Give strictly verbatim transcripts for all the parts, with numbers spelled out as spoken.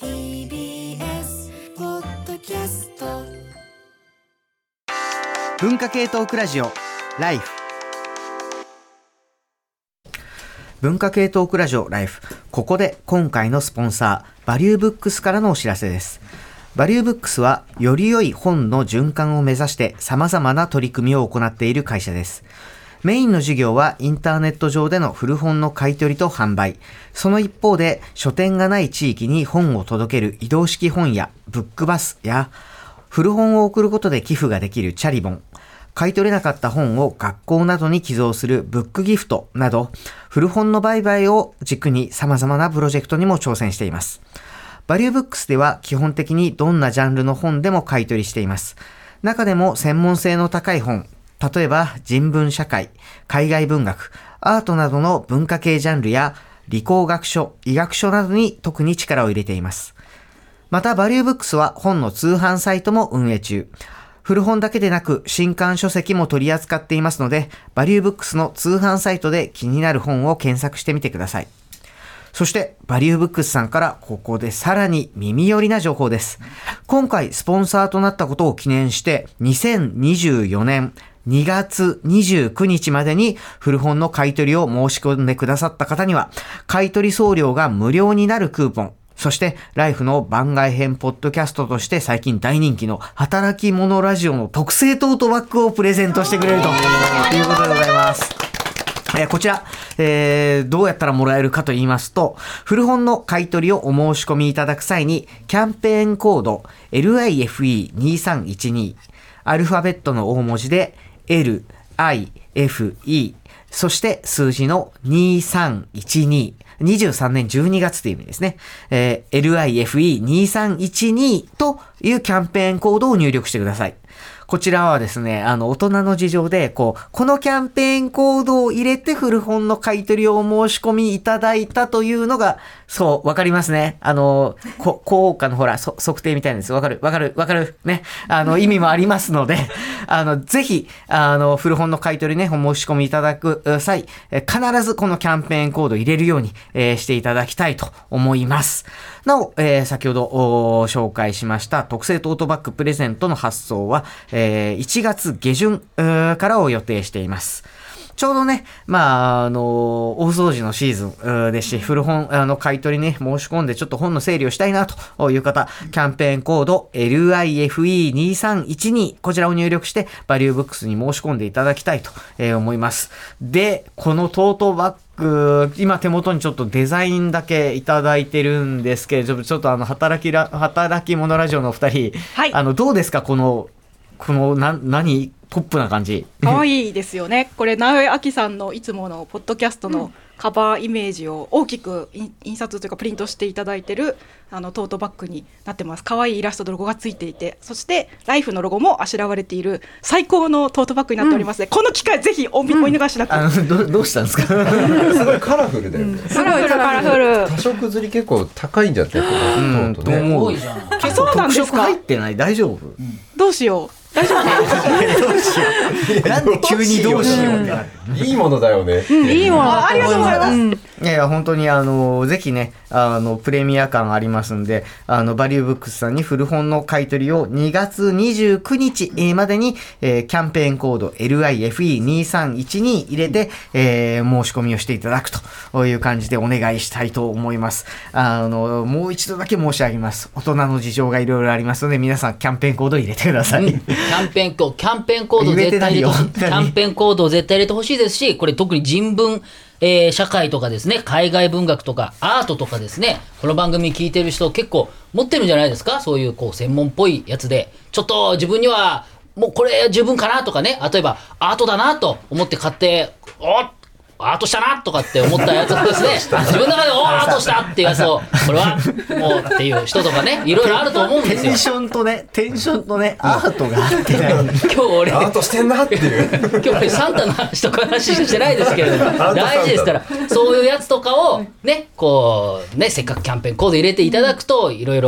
ティービーエス ポッドキャスト文化系トークラジオライフ文化系トークラジオライフ。ここで今回のスポンサーバリューブックスからのお知らせです。バリューブックスはより良い本の循環を目指して様々な取り組みを行っている会社です。メインの事業はインターネット上での古本の買い取りと販売。その一方で書店がない地域に本を届ける移動式本やブックバスや古本を送ることで寄付ができるチャリボン。買い取れなかった本を学校などに寄贈するブックギフトなど、古本の売買を軸に様々なプロジェクトにも挑戦しています。バリューブックスでは基本的にどんなジャンルの本でも買い取りしています。中でも専門性の高い本、例えば人文社会、海外文学、アートなどの文化系ジャンルや理工学書、医学書などに特に力を入れています。またバリューブックスは本の通販サイトも運営中。古本だけでなく新刊書籍も取り扱っていますので、バリューブックスの通販サイトで気になる本を検索してみてください。そしてバリューブックスさんからここでさらに耳寄りな情報です。今回スポンサーとなったことを記念してにせんにじゅうよねんにがつにじゅうくにちまでに古本の買い取りを申し込んでくださった方には買い取り送料が無料になるクーポン、そしてライフの番外編ポッドキャストとして最近大人気の働き者ラジオの特製トートバッグをプレゼントしてくれるということでございます。えー、こちら、えー、どうやったらもらえるかと言いますと、古本の買い取りをお申し込みいただく際にキャンペーンコード エルアイエフイーにさんいちに アルファベットの大文字で エルアイエフイー そして数字のにさんいちににじゅうさんねんじゅうにがつという意味ですね。えー、エルアイエフイーにさんいちに というキャンペーンコードを入力してください。こちらはですね、あの、大人の事情で、こう、このキャンペーンコードを入れて古本の買い取りをお申し込みいただいたというのが、そう、わかりますね。あの、こ効果のほら、そ測定みたいなんです。わかるわかるわかるね。あの、意味もありますので、あの、ぜひ、あの、古本の買い取りね、お申し込みいただく際、必ずこのキャンペーンコードを入れるように、えー、していただきたいと思います。なお、えー、先ほど紹介しました特製トートバッグプレゼントの発送は、えー、いちがつげじゅんからを予定しています。ちょうどね、まあ、あの、大掃除のシーズンですし、古本、あの、買い取りね、申し込んでちょっと本の整理をしたいなという方、キャンペーンコード エルアイエフイーにさんいちに こちらを入力して、バリューブックスに申し込んでいただきたいと思います。で、このトートバッグ、今手元にちょっとデザインだけいただいてるんですけれども、ちょっとあの、働きら、働き者ラジオのお二人、はい、あの、どうですかこの、この、な、何ポップな感じ。 可愛いですよね。これ直江亜希さんのいつものポッドキャストのカバーイメージを大きく印刷というかプリントしていただいてるあのトートバッグになってます。可愛いイラストのロゴがついていて、そしてライフのロゴもあしらわれている最高のトートバッグになっておりますね、うん、この機会ぜひお見逃しなく、うん、 あの ど, どうしたんですかすごいカラフルだよね、うん、 すごいカラフル。 多色刷り結構高いんじゃってこの、うん、 トートね。 思うじゃん。結構特色入ってない？大丈夫？うん、 どうしよう。大丈夫どうしよう。なんで急にどうしようってなって、 うん、いいものだよね、 うん、いいものだと思います。うん、いやいや本当にあのぜひねあのプレミア感ありますんで、あのバリューブックスさんに古本の買い取りをにがつにじゅうくにちまでに、えー、キャンペーンコード エルアイエフイーにさんいちに 入れて、えー、申し込みをしていただくという感じでお願いしたいと思います。あのもう一度だけ申し上げます。大人の事情がいろいろありますので、皆さんキャンペーンコードを入れてください。 うんキャンペーンコード、キャンペーンコードを絶対入れてほしい。キャンペーンコードを絶対入れてほしいですし、これ特に人文、えー、社会とかですね、海外文学とかアートとかですね、この番組聞いてる人結構持ってるんじゃないですか。そういうこう専門っぽいやつで、ちょっと自分にはもうこれ十分かなとかね、例えばアートだなと思って買って、おっアートしたなとかって思ったやつをですね自分の中でおアートしたっていうやつをこれはもうっていう人とかねいろいろあると思うんですよ。 テンションとねテンションとねアートがあってない今日俺アートしてんなっていう今日俺サンタの話とか話してないですけれども大事ですからそういうやつとかをねこうねせっかくキャンペーンコード入れていただくといろいろ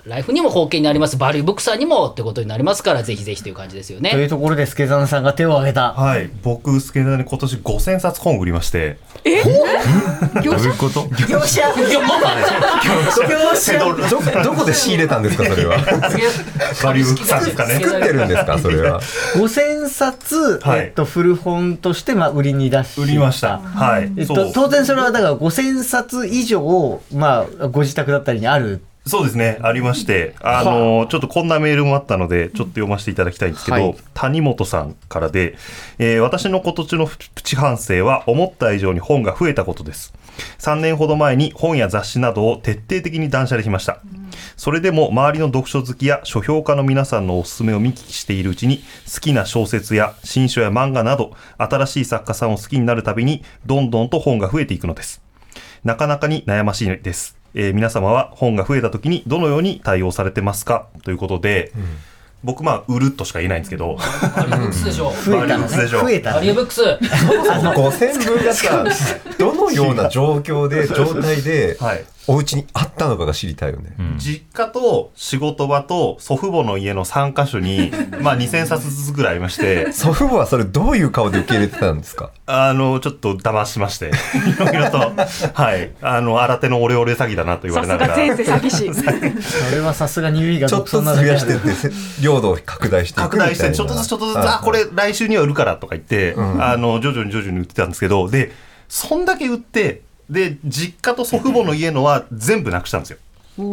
ライフにも貢献になります、バリューブックさんにもってことになりますから、ぜひぜひという感じですよといね。 うところで助真さんが手を挙げた。 はい、僕助真に今年ごせんさつ本売りまして。 えどういうこと業者業者ど, どこで仕入れたんですかそれは。 バリューブックさんですかね。 作ってるんですかそれは。 ごせんさつ、 はいえっと、古本としてまあ売りに出した売りました。はい、 えっと、 そう当然それはだからごせんさつ以上、まあ、ご自宅だったりにある。 そうですね、ありまして、あのちょっとこんなメールもあったのでちょっと読ませていただきたいんですけど、はい、谷本さんからで、えー、私の今年のプチ反省は思った以上に本が増えたことです。さんねんほど前に本や雑誌などを徹底的に断捨離しました。それでも周りの読書好きや書評家の皆さんのおすすめを見聞きしているうちに、好きな小説や新書や漫画など新しい作家さんを好きになるたびにどんどんと本が増えていくのです。なかなかに悩ましいです。えー、皆様は本が増えた時にどのように対応されてますかということで、うん、僕まあ売るとしか言えないんですけど、 バリューブックスでしょ。 増えたのね。増えたバリューブックス。 ごせんぶんがさ、どのような状況で状態でお家にあったのかが知りたいよね。 うん、実家と仕事場と祖父母の家のさんかしょにまあにせんさつずつぐらいありまして。 祖父母はそれどういう顔で受け入れてたんですか？ あのちょっと騙しまして、いろいろとはいあの新手のオレオレ詐欺だなと言われながら。 さすが前世詐欺師。 それはさすがにがちょっとずつ増やしてって領土を拡大していくみたいな。 拡大してちょっとずつちょっとずつ、あこれ来週には売るからとか言って、うん、あの徐々に徐々に売ってたんですけど、でそんだけ売ってで実家と祖父母の家のは全部なくしたんですよ。うん、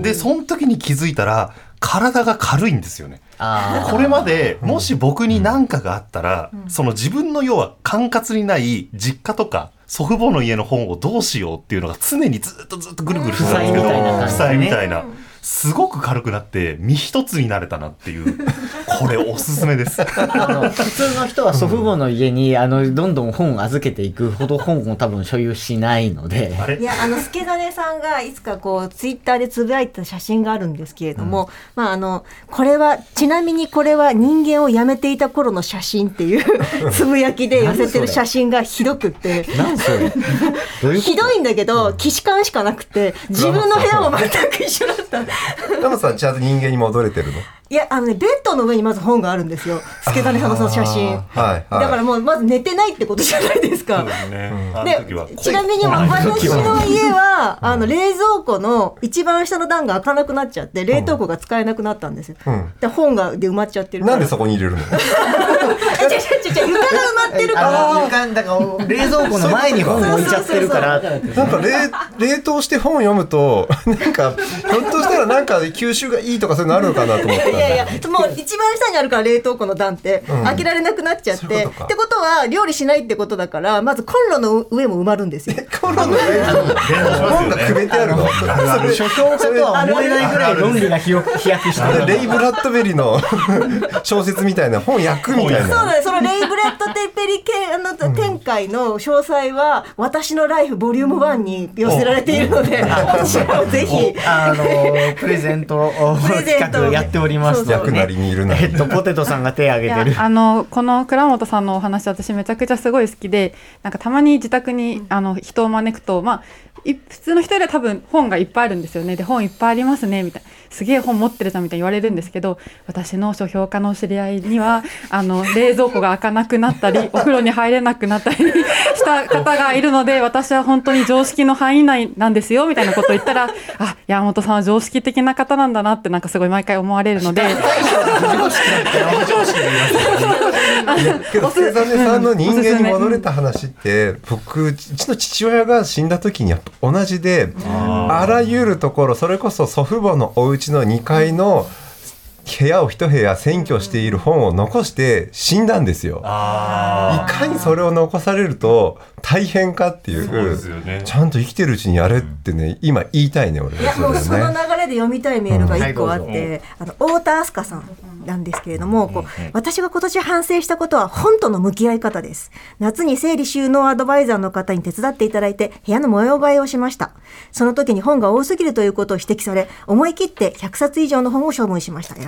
でその時に気づいたら体が軽いんですよね。これまでもし僕に何かがあったら、うん、その自分の要は管轄にない実家とか祖父母の家の本をどうしようっていうのが常にずっとずっとぐるぐるしてたんですけど、負債みたいな、すごく軽くなって身一つになれたなっていう、これおすすめです。 あの普通の人は祖父母の家に、うん、あのどんどん本を預けていくほど本を多分所有しないので、 あれいやあの助真さんがいつかこうツイッターでつぶやいた写真があるんですけれども、うん、まああのこれはちなみにこれは人間をやめていた頃の写真っていうつぶやきで寄せてる写真がひどくって何それどういうひどいんだけど既視感しかなくて自分の部屋も全く一緒だった。 ラマさんちゃんと人間に戻れてるの？ いやあのねベッドの上にまず本があるんですよ、助真さんのその写真、はいはい、だからもうまず寝てないってことじゃないですか。そうですね、でちなみに私の家はあの冷蔵庫の一番下の段が開かなくなっちゃって冷凍庫が使えなくなったんですよ、うん、で本がで埋まっちゃってるから。 なんでそこに入れるの？ ちょちょちょ床が埋まってるから床だから冷蔵庫の前に本置いちゃってるからなんか 冷, 冷凍して本読むとなんかひょっとしたらなんか吸収がいいとかそういうのあるのかなと思ったんだ。 いやいやもう一番下にあるから冷凍庫の段って開けられなくなっちゃって、うん、ううってことは料理しないってことだからまずコンロの上も埋まるんですよ。 コンロの上本がくべてあるの？ 書評家とは思えないぐらい論理が飛躍してる。 レイ・ブラッドベリの小説みたいな本焼くみたいな。 そうだね、そのレイ・ブラッドベリ系あの展開の詳細は私のライフボリュームワンに寄せられているので、私もぜひあのプレゼント企画やっておりますので、 焼くなりにいるなり、 えっと、ポテトさんが手を挙げてる。 あのこの倉本さんのお話私めちゃくちゃすごい好きで、なんかたまに自宅にあの人を招くと、まあ普通の人よりは多分本がいっぱいあるんですよね。で本いっぱいありますねみたいな、すげえ本持ってるじゃんみたいに言われるんですけど、私の書評家の知り合いにはあの冷蔵庫が開かなくなったりお風呂に入れなくなったりした方がいるので、私は本当に常識の範囲内なんですよみたいなことを言ったら、あ、山本さんは常識的な方なんだなってなんかすごい毎回思われるのでけど助真さんの人間に戻れた話って僕うちの父親が死んだ時にやっぱ同じで、あらゆるところそれこそ祖父母のお家のにかいの部屋を一部屋占拠している本を残して死んだんですよ。あいかにそれを残されると大変かっていう、そうですよね、ちゃんと生きてるうちにやれってね今言いたいね俺。 いやもうその流れで読みたいメールがいっこあって、うん、あの太田明日香さんなんですけれども、こう私が今年反省したことは本との向き合い方です。夏に整理収納アドバイザーの方に手伝っていただいて部屋の模様替えをしました。その時に本が多すぎるということを指摘され、思い切ってひゃくさつ以上の本を処分しました。偉い。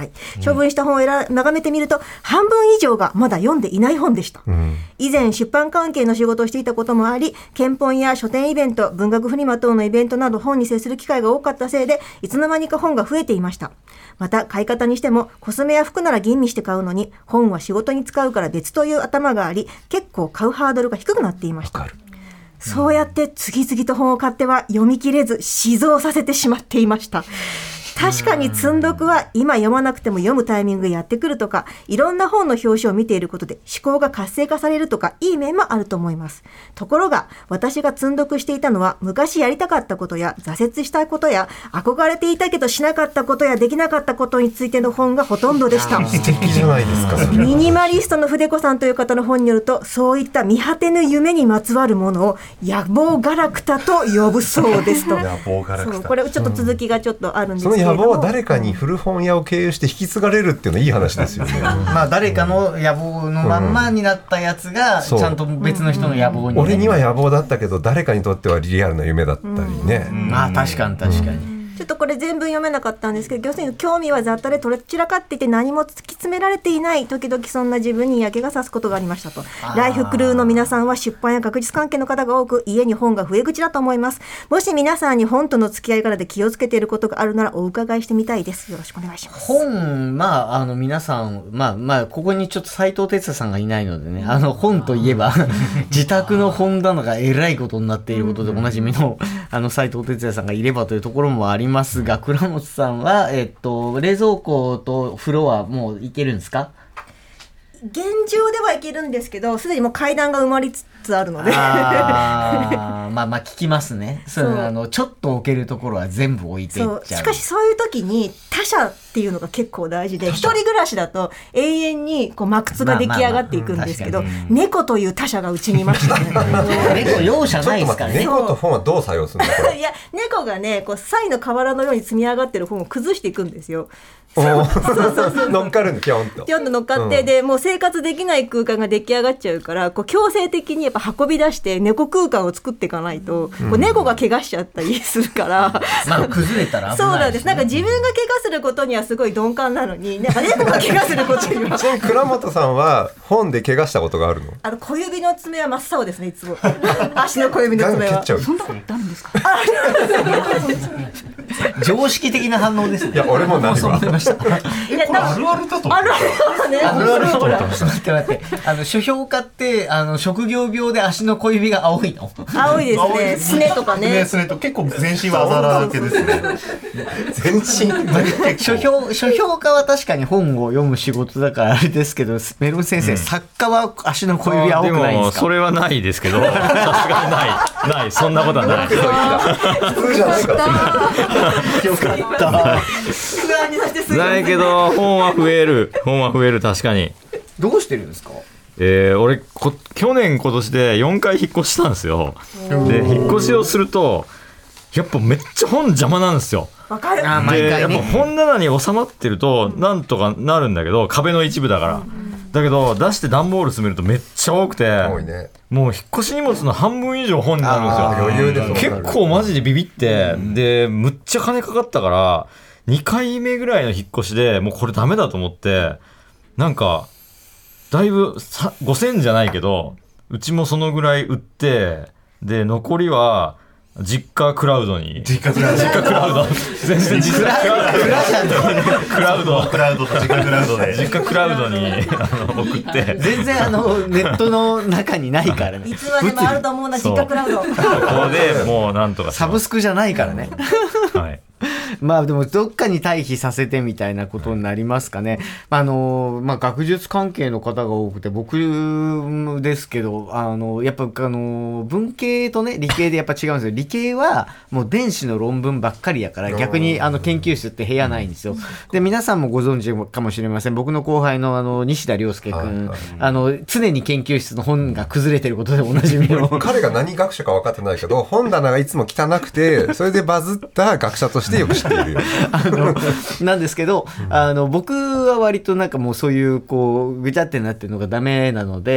い。処分した本を選眺めてみると半分以上がまだ読んでいない本でした、うん、以前出版関係の仕事をしていたこともあり、検本や書店イベント、文学フリマ等のイベントなど本に接する機会が多かったせいで、いつの間にか本が増えていました。また買い方にしてもコスメや服なら吟味して買うのに本は仕事に使うから別という頭があり、結構買うハードルが低くなっていました。そうやって次々と本を買っては読み切れず死蔵させてしまっていました。確かに積んどくは今読まなくても読むタイミングがやってくるとか、いろんな本の表紙を見ていることで思考が活性化されるとか、いい面もあると思います。ところが私が積んどくしていたのは昔やりたかったことや挫折したことや憧れていたけどしなかったことやできなかったことについての本がほとんどでした。 素敵じゃないですか。それミニマリストの筆子さんという方の本によると、そういった見果てぬ夢にまつわるものを野望ガラクタと呼ぶそうですと。 野望ガラクタ、 そう、これちょっと続きがちょっとあるんですけれども、 その野望は誰かに古本屋を経由して引き継がれるっていうのはいい話ですよね。 まあ誰かの野望のまんまになったやつがちゃんと別の人の野望に、ね、 俺には野望だったけど誰かにとってはリアルな夢だったりね、 うん、まあ確かに確かに、うんちょっとこれ全文読めなかったんですけど、要するに興味は雑多で取れ散らかっていて何も突き詰められていない、時々そんな自分に嫌気がさすことがありましたと。ライフクルーの皆さんは出版や学術関係の方が多く、家に本が増え口だと思います。もし皆さんに本との付き合い方で気をつけていることがあるならお伺いしてみたいです。よろしくお願いします。 本、まああの皆さん、まあまあここにちょっと斉藤哲也さんがいないのでね、あの本といえば自宅の本棚がえらいことになっていることでおなじみのあの斉藤哲也さんがいればというところもありますが、倉本さんは、えっと、冷蔵庫と風呂はもういけるんですか？ 現状ではいけるんですけど、すでにもう階段が埋まりつつあるのであまあまあ聞きますね。そうそう、あのちょっと置けるところは全部置いていっちゃう。 そう、しかしそういう時に他者っていうのが結構大事で、一人暮らしだと永遠にこうマクツが出来上がっていくんですけど、猫という他者がうちにいましたね。 猫容赦ないですからね。 猫と本はどう作用するの？ いや、猫がね、こうサイの河原のように積み上がってる本を崩していくんですよ。 そうそうそう、乗っかるんだ、ピョンとピョンと乗っかって、うん、でもう生活できない空間が出来上がっちゃうから、こう強制的にやっぱ運び出して猫空間を作っていかないと、うん、こう猫が怪我しちゃったりするから、 まあ崩れたら危ないですね。そうなんです。なんか自分が怪我することにはすごい鈍感なのに、なんか猫が怪我することには。 ちなみに倉本さんは本で怪我したことがあるの？ あの小指の爪は真っ青ですね、いつも。足の小指の爪は。 そんなことあるんですか？ 常識的な反応ですね。 いや俺もないわ。 え、これあるあるだと思う。 あるあるね。 あるあるだと思ってました。待って待って。あの書評家ってあの職業病で足の小指が青いの？ 青いですね。すねとかね。 すねと結構全身はあざだらけですね。 全身。 書評書評家は確かに本を読む仕事だからあれですけど、メロン先生、うん、作家は足の小指青くないんですか？ でもそれはないですけど、さすがにないないそんなことはない。 普通じゃないから。 よかった。 不安にさせてすないけど本は増える本は増える確かに。 どうしてるんですか？ えー、俺こ去年今年でよんかい引っ越したんですよ。で引っ越しをするとやっぱめっちゃ本邪魔なんですよ。 わかる。 あ、毎回ね。 やっぱ本棚に収まってるとなんとかなるんだけど、壁の一部だから。だけど出して段ボール詰めるとめっちゃ多くて、多いね、もう引っ越し荷物の半分以上本になるんですよ。 余裕で結構マジでビビって、うん、でむっちゃ金かかったからにかいめぐらいの引っ越しでもうこれダメだと思って、なんかだいぶごせんじゃないけどうちもそのぐらい売って、で残りは実家クラウドに実家クラウド実家クラウド全然実家クラウドクラウドクラウドと実家クラウドで実家クラウドにあの送って全然あのネットの中にないからね。 いつまでもあると思うな実家クラウド。ここでもうなんとかサブスクじゃないからね。 はい。 まあでもどっかに退避させてみたいなことになりますかね。あのまあ学術関係の方が多くて、僕ですけど、あのやっぱあの文系とね理系でやっぱ違うんですよ。理系はもう電子の論文ばっかりやから逆にあの研究室って部屋ないんですよ。で皆さんもご存知かもしれません。僕の後輩のあの西田亮介君、あの常に研究室の本が崩れてることでおなじみの。 彼が何学者か分かってないけど本棚がいつも汚くて、それでバズった学者としてよく知っているよ。 あのなんですけど、あの僕は割となんかもうそういうこうぐちゃってなってるのがダメなので、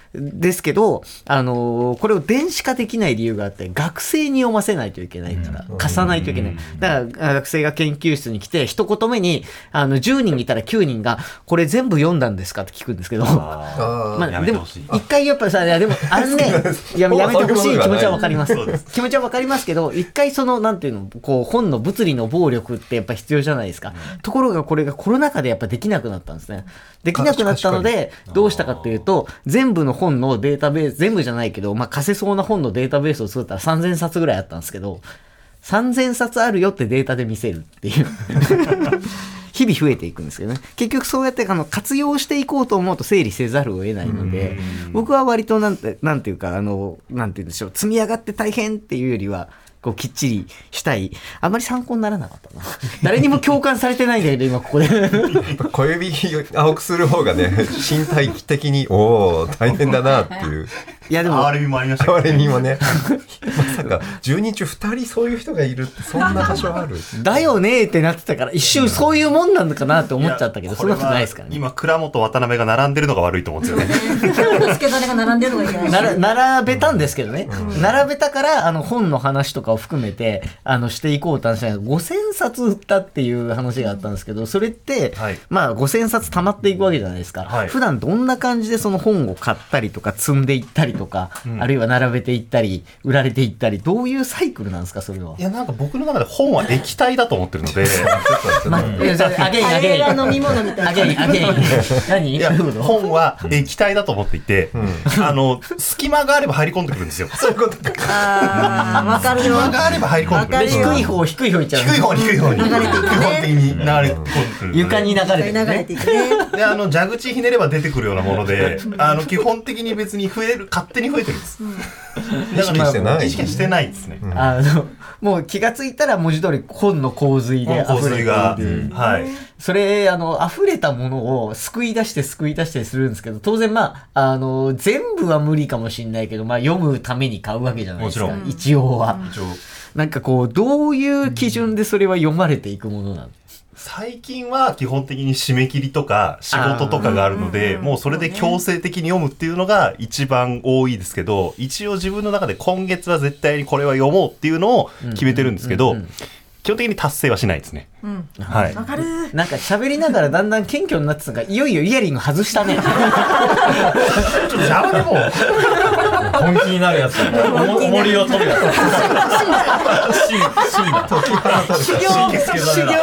ですけど、あのーこれを電子化できない理由があって、学生に読ませないといけないから、貸さないといけない。だから学生が研究室に来て、一言目にあのじゅうにんいたらきゅうにんがこれ全部読んだんですかって聞くんですけど、 あまあでも一回やっぱりさ、いやでもあのね、ややめてほしい気持ちはわかります。気持ちはわかりますけど、一回そのなんていうの、こう本の物理の暴力ってやっぱ必要じゃないですか。ところがこれがコロナ禍でやっぱできなくなったんですね。できなくなったのでどうしたかっていうと、全部の本のデータベース、全部じゃないけど、まあ貸せそうな本のデータベースを作ったらさんぜんさつぐらいあったんですけど、さんぜんさつあるよってデータで見せるっていう日々増えていくんですけどね。結局そうやってあの活用していこうと思うと整理せざるを得ないので、僕は割となんてなんていうかあのなんていうんでしょう、積み上がって大変っていうよりはこうきっちりしたい、あまり参考にならなかったな。誰にも共感されてないんだけど今ここで小指青くする方がね、身体的におお大変だなっていう。 いやでもあれもありましたけど、 あれにもねまさかじゅうにんちゅうふたりそういう人がいるってそんな場所あるだよねってなってたから、一瞬そういうもんなのかなって思っちゃったけど、そんなことないですからね。 今倉本渡辺が並んでるのが悪いと思うんですよね。 助真が並んでるのがいけないなら並べたんですけどね、うん、並べたからあの本の話とかを含めてあのしていこうって話がごせんさつ売ったっていう話があったんですけど、それって、はい、まあごせんさつ溜まっていくわけじゃないですか、はい、普段どんな感じでその本を買ったりとか積んでいったりとか、うん、あるいは並べていったり売られていったり、どういうサイクルなんですかそれは。 いやなんか僕の中で本は液体だと思ってるのでまあ、アゲインアゲイン飲み物みたいなアゲインアゲイン何いや本は液体だと思っていて、うん、あの隙間があれば入り込んでくるんですよ。 そういうことか。 あー、わかるよ。 隙間があれば入り込んでくる。 低い方低い方いっちゃう。 低い方低い方に流れていくね。 基本的に流れ込んでくる。 床に流れていくね。 流れていくね。 であの蛇口ひねれば出てくるようなもので、あの基本的に別に増える勝手に増えてるんです。 意識してない。 意識してないですね。 あのもう気がついたら文字通り本の洪水で溢れている。 はい。 それあの溢れたものを救い出して救い出してするんですけど、当然まああの全部は無理かもしれないけど、まあ読むために買うわけじゃないですか。もちろん一応は。一応なんかこうどういう基準でそれは読まれていくものなの？ 最近は基本的に締め切りとか仕事とかがあるので、もうそれで強制的に読むっていうのが一番多いですけど、一応自分の中で今月は絶対にこれは読もうっていうのを決めてるんですけど、基本的に達成はしないですね。うん、はい。 わかる。 なんか喋りながらだんだん謙虚になってたから、いよいよイヤリング外したね。ちょっと邪魔でも本気になるやつ。重りを取るやつ。シンだ。 修行修行の。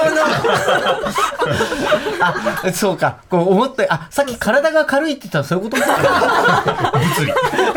あ、そうか。こう思って、あ、さっき体が軽いって言ったらそういうこと？物理。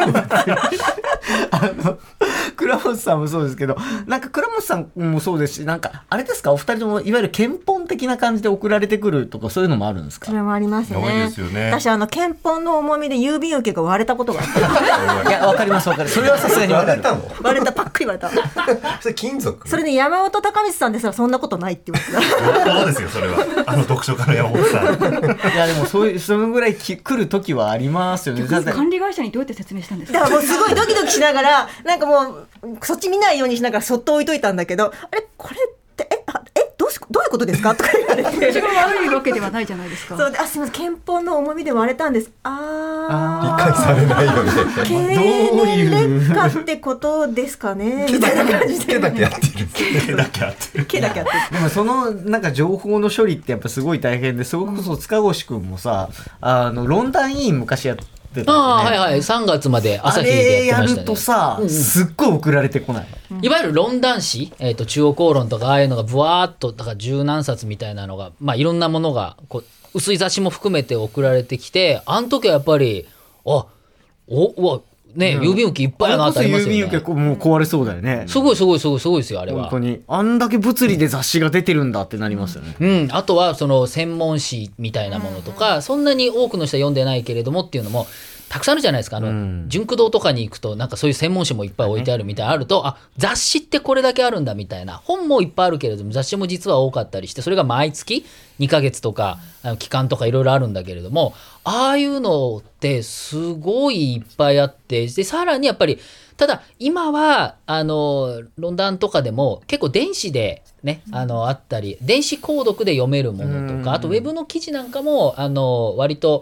あの倉本さんもそうですけど、なんか倉本さんもそうですし、なんかあれですか、お二人ともいわゆる憲本的な感じで送られてくるとかそういうのもあるんですか？ それもありますね。 多いですよね。 私あの憲本の重みで郵便受けが割れたことがあった。 いやわかりますわかる。それはさすがに割れたの。 割れた、パックリ割れた。 それ金属？ それで山本隆光さんですらそんなことないって言ってた。 そうですよそれは。あの読書家の山本さん。 いやでもそういうそのぐらいき来る時はありますよね。 管理会社にどうやって説明したんですか？ だからもうすごいドキドキしながらなんかもうそっち見ないようにしながらそっと置いといたんだけど、あれこれってえあえどうしどういうことですかとか言われて。 一番悪いわけではないじゃないですか。 そうで、あすみません憲法の重みで割れたんです。ああ理解されないよね。 経年劣化ってことですかね。みたいな感じで。 毛だけやってる。 毛だけやってる。 毛だけやってる。 でもそのなんか情報の処理ってやっぱすごい大変で、それこそ塚越くんもさ、あの論壇委員昔やって。 ああはいはい、さんがつまで朝日でやってましたね。 あれやるとさ、うん、すっごい送られてこない、 うん、いわゆる論壇誌、えーと、中央公論とかああいうのがブワーっとだから十何冊みたいなのが、まあ、いろんなものがこう薄い雑誌も含めて送られてきて、あの時はやっぱりあおうわね、うん、郵便受けいっぱいやなってありますよね。 郵便受けもう壊れそうだよね。 すごいすごいすごいすごいですよあれは。 本当にあんだけ物理で雑誌が出てるんだってなりますよね。 うん、うん、あとはその専門誌みたいなものとか、うん、そんなに多くの人は読んでないけれどもっていうのもたくさんあるじゃないですか。あの、うん、純駆動とかに行くとなんかそういう専門誌もいっぱい置いてあるみたいなあると、あ雑誌ってこれだけあるんだみたいな、本もいっぱいあるけれども雑誌も実は多かったりして、それが毎月にかげつとか、うん、あの期間とかいろいろあるんだけれども、ああいうのってすごいいっぱいあって、でさらにやっぱりただ今はあの論壇とかでも結構電子でね、あのあったり電子購読で読めるものとか、あとウェブの記事なんかもあの割と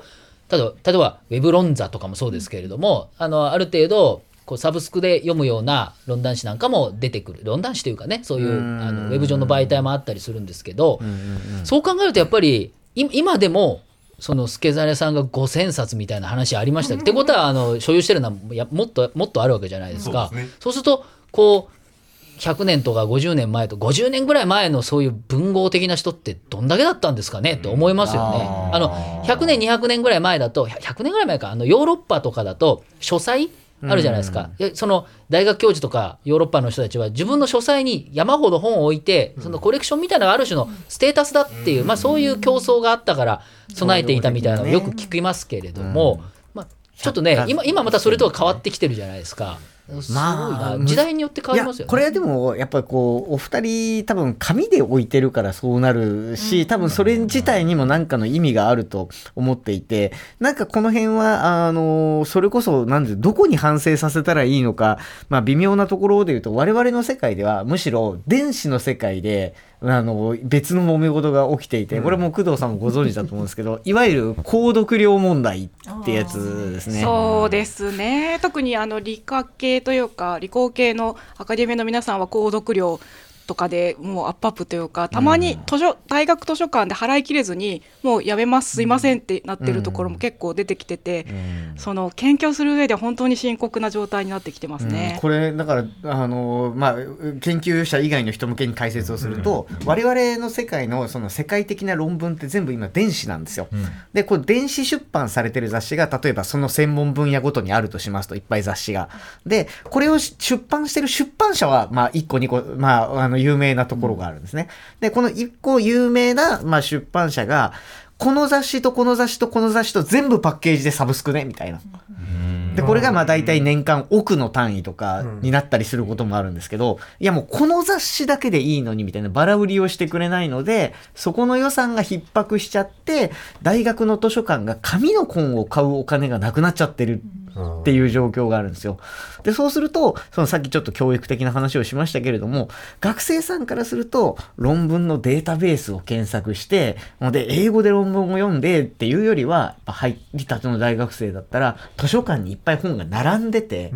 例えば例えばウェブ論座とかもそうですけれども、あのある程度こうサブスクで読むような論壇誌なんかも出てくる、論壇誌というかね、そういうあのウェブ上の媒体もあったりするんですけど、そう考えるとやっぱり今でもその助真さんがごせんさつみたいな話ありましたってことは、あの所有してるのはやもっともっとあるわけじゃないですか。そうですね。そうするとこうひゃくねんとかごじゅうねんまえとごじゅうねんぐらい前のそういう文豪的な人ってどんだけだったんですかねって思いますよね。あのひゃくねんにひゃくねんぐらい前だと、ひゃくねんぐらい前か、あのヨーロッパとかだと書斎あるじゃないですか。うん、その大学教授とかヨーロッパの人たちは自分の書斎に山ほど本を置いて、そのコレクションみたいなのがある種のステータスだっていう、まあ、そういう競争があったから備えていたみたいなのをよく聞きますけれども、まあ、ちょっとね 今, 今またそれとは変わってきてるじゃないですか。すごいな、まあ、時代によって変わりますよね。 これはでもやっぱりこうお二人多分紙で置いてるからそうなるし、多分それ自体にも何かの意味があると思っていて、なんかこの辺はあのそれこそなんでどこに反省させたらいいのか、まあ、微妙なところでいうと、我々の世界ではむしろ電子の世界であの別の揉め事が起きていて、これも工藤さんもご存知だと思うんですけど、いわゆる購読料問題ってやつですね。 そうですね。特にあの理科系というか理工系のアカデミーの皆さんは購読料とかでもうアップアップというか、たまに図書、うん、大学図書館で払いきれずにもうやめますすいませんってなってるところも結構出てきてて、うん、その研究する上で本当に深刻な状態になってきてますね。 うん、これだからあの、まあ、研究者以外の人向けに解説をすると、うん、我々の世界のその世界的な論文って全部今電子なんですよ。うん、でこれ電子出版されてる雑誌が例えばその専門分野ごとにあるとしますと、いっぱい雑誌がでこれを出版してる出版社はまあいっこにこ、まあ、あの有名なところがあるんですね。でこのいっこ有名な、まあ、出版社がこの雑誌とこの雑誌とこの雑誌と全部パッケージでサブスクねみたいな。でこれがまあ大体年間億の単位とかになったりすることもあるんですけど、いやもうこの雑誌だけでいいのにみたいなバラ売りをしてくれないので、そこの予算が逼迫しちゃって大学の図書館が紙の本を買うお金がなくなっちゃってるっていう状況があるんですよ。でそうするとそのさっきちょっと教育的な話をしましたけれども、学生さんからすると論文のデータベースを検索してで英語で論文を読んでっていうよりは、入りたての大学生だったら図書館にいっぱい本が並んでて、うん、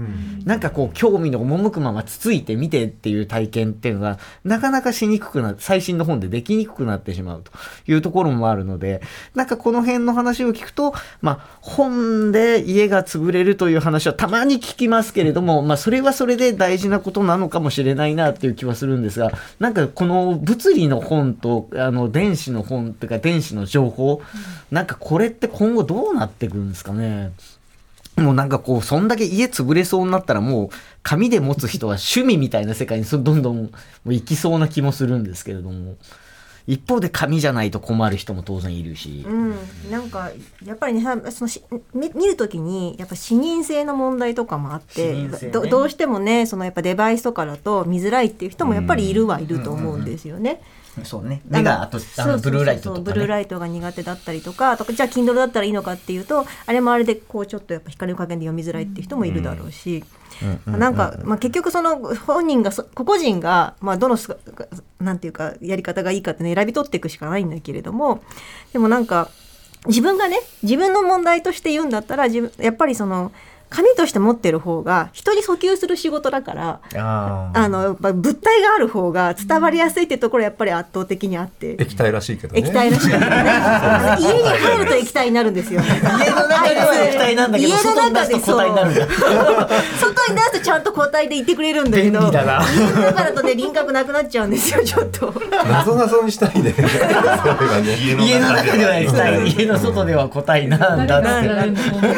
なんかこう興味の赴くままつついて見てっていう体験っていうのがなかなかしにくくなって最新の本でできにくくなってしまうというところもあるので、なんかこの辺の話を聞くと、まあ、本で家が潰れるという話はたまに聞きますけれども、まあ、それはそれで大事なことなのかもしれないなっていう気はするんですが、なんかこの物理の本とあの電子の本っていうか電子の情報、うん、なんかこれって今後どうなってくるんですかね。もうなんかこうそんだけ家潰れそうになったらもう紙で持つ人は趣味みたいな世界にどんどんもう行きそうな気もするんですけれども、一方で紙じゃないと困る人も当然いるし、 うん、なんかやっぱりねそのし見, 見るときにやっぱ視認性の問題とかもあって、ね、ど, どうしてもねそのやっぱデバイスとかだと見づらいっていう人もやっぱりいるはいると思うんですよね。うんうんうん、そうね、目があとあのブルーライトとか、ね、 ブルーライトが苦手だったりとか、とかじゃあ Kindle だったらいいのかっていうと、あれもあれでこうちょっとやっぱ光の加減で読みづらいっていう人もいるだろうし、うん、なんか、まあ、結局その本人が個々人が、まあ、どのなんていうかやり方がいいかってね選び取っていくしかないんだけれども、でもなんか自分がね自分の問題として言うんだったら自分やっぱりその紙として持ってる方が人に訴求する仕事だから、ああのやっぱ物体がある方が伝わりやすいってところはやっぱり圧倒的にあって、 液体らしいけどね。 液体らしいけどね家に入ると液体になるんですよ。家の中では液体なんだけど外に出すと固体になるんだ外に出すとちゃんと固体でいてくれるんだけど、 便利だな。 家の中だとね輪郭なくなっちゃうんですよ。ちょっと謎謎にしたいね家の中では液体、家の外では固体なんだって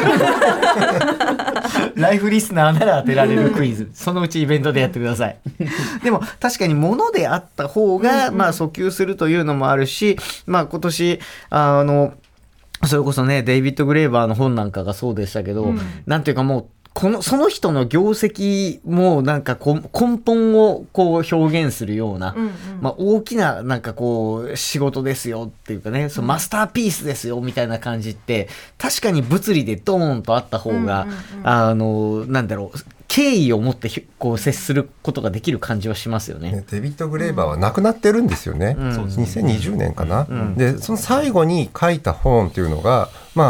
ライフリスナーなら当てられるクイズそのうちイベントでやってくださいでも確かに物であった方が、まあ、訴求するというのもあるし、まあ、今年あのそれこそねデイビッド・グレーバーの本なんかがそうでしたけど、うん、なんていうかもうこのその人の業績もなんかこ根本をこう表現するような、うんうんまあ、大きななんかこう仕事ですよっていうかね、そのマスターピースですよみたいな感じって確かに物理でドーンとあった方が、うんうんうん、あのなんだろう敬意を持ってこう接することができる感じはしますよね。 ねデビッド・グレーバーは亡くなってるんですよね、うん、にせんにじゅうねんかな、うん、でその最後に書いた本っていうのがまあ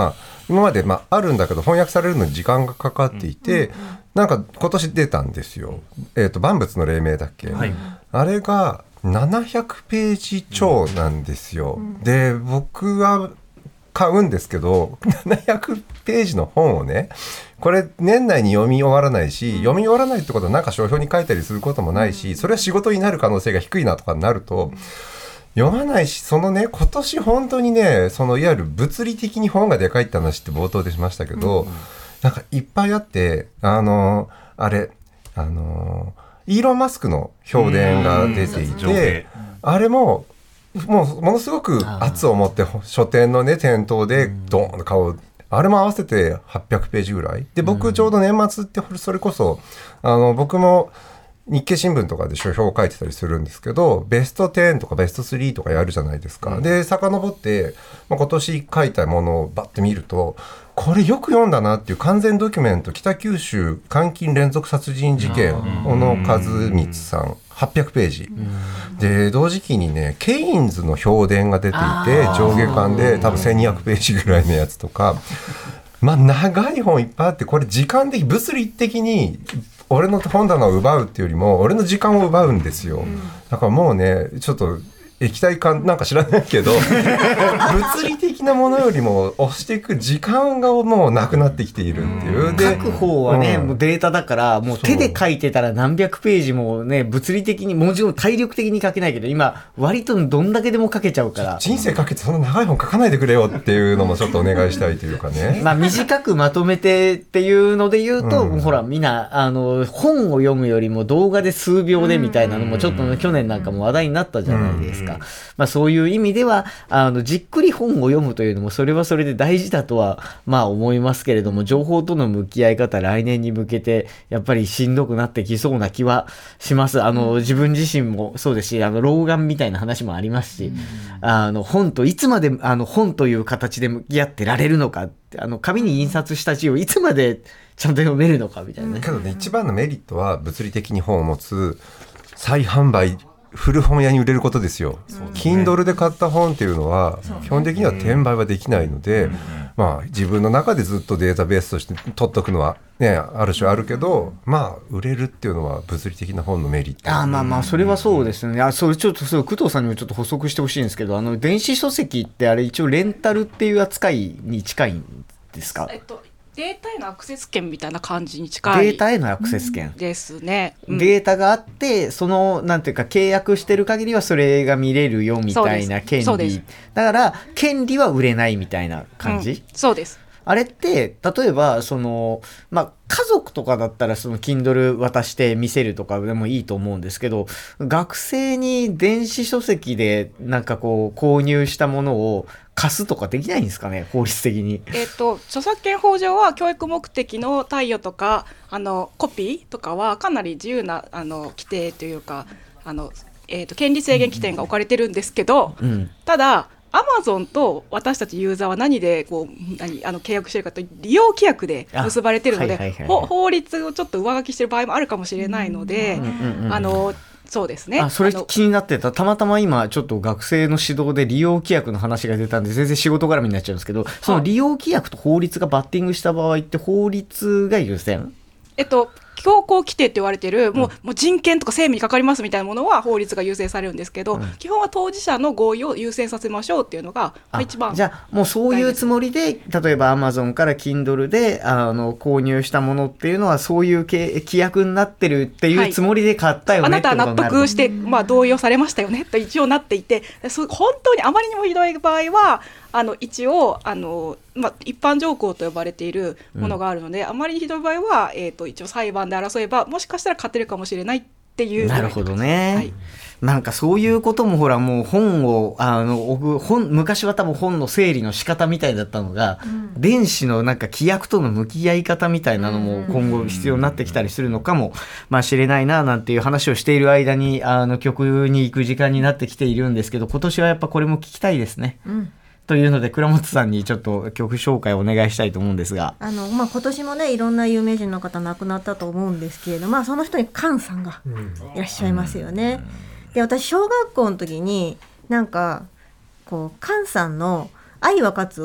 今までまああるんだけど翻訳されるのに時間がかかっていて、なんか今年出たんですよ。えっと万物の黎明だっけ、はい、あれがななひゃくページ超なんですよ。で僕は買うんですけどななひゃくページの本をね、これ年内に読み終わらないし、読み終わらないってことはなんか書評に書いたりすることもないし、それは仕事になる可能性が低いなとかになると読まないし、そのね今年本当にね、そのいわゆる物理的に本がでかいって話って冒頭でしましたけど、うん、なんかいっぱいあって、あのあれあのイーロン・マスクの評伝が出ていて、あれももうものすごく圧を持って書店のね店頭でドーンと買う、あれも合わせてはっぴゃくページぐらいで、僕ちょうど年末ってそれこそあの僕も日経新聞とかで書評を書いてたりするんですけど、ベストじゅうとかベストスリーとかやるじゃないですか、うん、で遡って、まあ、今年書いたものをバッて見ると、これよく読んだなっていう完全ドキュメント、北九州監禁連続殺人事件、小野和光さんはっぴゃくページで、同時期にねケインズの評伝が出ていて、上下巻で多分せんにひゃくページぐらいのやつとか、まあ長い本いっぱいあって、これ時間的物理的に俺の本棚を奪うっていうよりも俺の時間を奪うんですよ。だからもうねちょっと液体感なんか知らないけど物理的なものよりも押していく時間がもうなくなってきているっていう。 で書く方はね、うん、もうデータだからもう手で書いてたら何百ページもね物理的にもちろん体力的に書けないけど、今割とどんだけでも書けちゃうから、 人生かけてそんな長い本書かないでくれよっていうのもちょっとお願いしたいというかねまあ短くまとめてっていうので言うと、うん、ほらみんなあの本を読むよりも動画で数秒でみたいなのもちょっと、ね、去年なんかも話題になったじゃないですか、うん、まあ、そういう意味ではあのじっくり本を読むというのもそれはそれで大事だとはまあ思いますけれども、情報との向き合い方来年に向けてやっぱりしんどくなってきそうな気はします。あの自分自身もそうですし、あの老眼みたいな話もありますし、あの本といつまであの本という形で向き合ってられるのかって、あの紙に印刷した字をいつまでちゃんと読めるのかみたいなね。 けどね、一番のメリットは物理的に本を持つ再販売、古本屋に売れることですよ。Kindle で買った本っていうのは基本的には転売はできないので、まあ自分の中でずっとデータベースとして取っとくのはね、ある種あるけど、まあ売れるっていうのは物理的な本のメリット。 あ、まあまあそれはそうですね。あ、それちょっとそう工藤さんにもちょっと補足してほしいんですけど、あの電子書籍ってあれ一応レンタルっていう扱いに近いんですか？ えっとデータへのアクセス権みたいな感じに近い。 データへのアクセス権ですね、 うん、データがあってそのなんていうか契約してる限りはそれが見れるよみたいな権利だから権利は売れないみたいな感じ、 うん、そうです。 あれって例えばその、まあ、家族とかだったらその Kindle 渡して見せるとかでもいいと思うんですけど、学生に電子書籍でなんかこう購入したものを貸すとかできないんですかね、法律的に。 えーと、著作権法上は教育目的の貸与とかあのコピーとかはかなり自由なあの規定というかあの、えーと、権利制限規定が置かれてるんですけど、うん、ただアマゾンと私たちユーザーは何でこう何あの契約してるかと利用規約で結ばれてるので、はいはいはいはい、法律をちょっと上書きしてる場合もあるかもしれないので、うんうんうん、あのそうですね。 あ、それ気になってた。たまたま今ちょっと学生の指導で利用規約の話が出たんで全然仕事絡みになっちゃうんですけど、その利用規約と法律がバッティングした場合って法律が優先？ えっと強行規定って言われてる、もう、うん、もう人権とか生命にかかりますみたいなものは法律が優先されるんですけど、うん、基本は当事者の合意を優先させましょうっていうのが、まあ、一番。 じゃあもうそういうつもりで例えば Amazon から Kindle であの購入したものっていうのはそういう規約になってるっていうつもりで買ったよね、はい、 あなたは納得して、まあ、同意をされましたよねと一応なっていて、そ本当にあまりにもひどい場合はあの一応あの、まあ、一般条項と呼ばれているものがあるので、うん、あまりにひどい場合は、えーと、一応裁判で争えばもしかしたら勝てるかもしれないっていう。 なるほどね、はい、なんかそういうこともほらもう本をあの置く本昔は多分本の整理の仕方みたいだったのが、うん、電子のなんか規約との向き合い方みたいなのも今後必要になってきたりするのかもまあ知れないななんていう話をしている間にあの曲に行く時間になってきているんですけど、今年はやっぱこれも聞きたいですね、うん、というので倉本さんにちょっと曲紹介をお願いしたいと思うんですが、 あの、まあ、今年もねいろんな有名人の方亡くなったと思うんですけれど、まあ、その人に菅さんがいらっしゃいますよね、うん、で私小学校の時になんかこう菅さんの愛は勝つを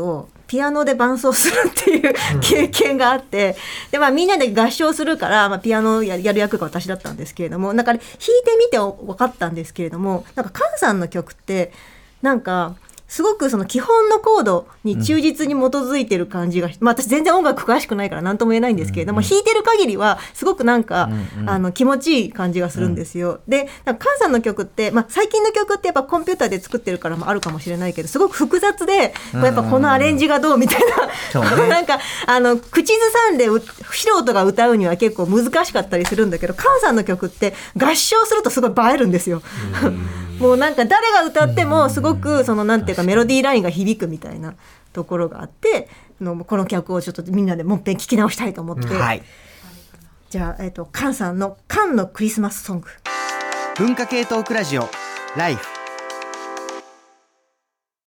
ピアノで伴奏するっていう経験があって、で、まあ、みんなで合唱するから、まあ、ピアノをやる役が私だったんですけれども、なんか、ね、弾いてみて分かったんですけれども、なんか菅さんの曲ってなんかすごくその基本のコードに忠実に基づいてる感じが、うん、まあ、私全然音楽詳しくないから何とも言えないんですけれども、うんうん、弾いてる限りはすごくなんか、うんうん、あの気持ちいい感じがするんですよ、うん、で菅さんの曲って、まあ、最近の曲ってやっぱコンピューターで作ってるからもあるかもしれないけど、すごく複雑で、うんうん、やっぱこのアレンジがどうみたいな、ね、なんかあの口ずさんで素人が歌うには結構難しかったりするんだけど、菅さんの曲って合唱するとすごい映えるんですよ、うんもうなんか誰が歌ってもすごくそのなんていうかメロディーラインが響くみたいなところがあって、のこの曲をちょっとみんなでもっぺん聴き直したいと思って、はい、じゃあ、えーと、菅さんの菅のクリスマスソング、 文化系トークラジオライフ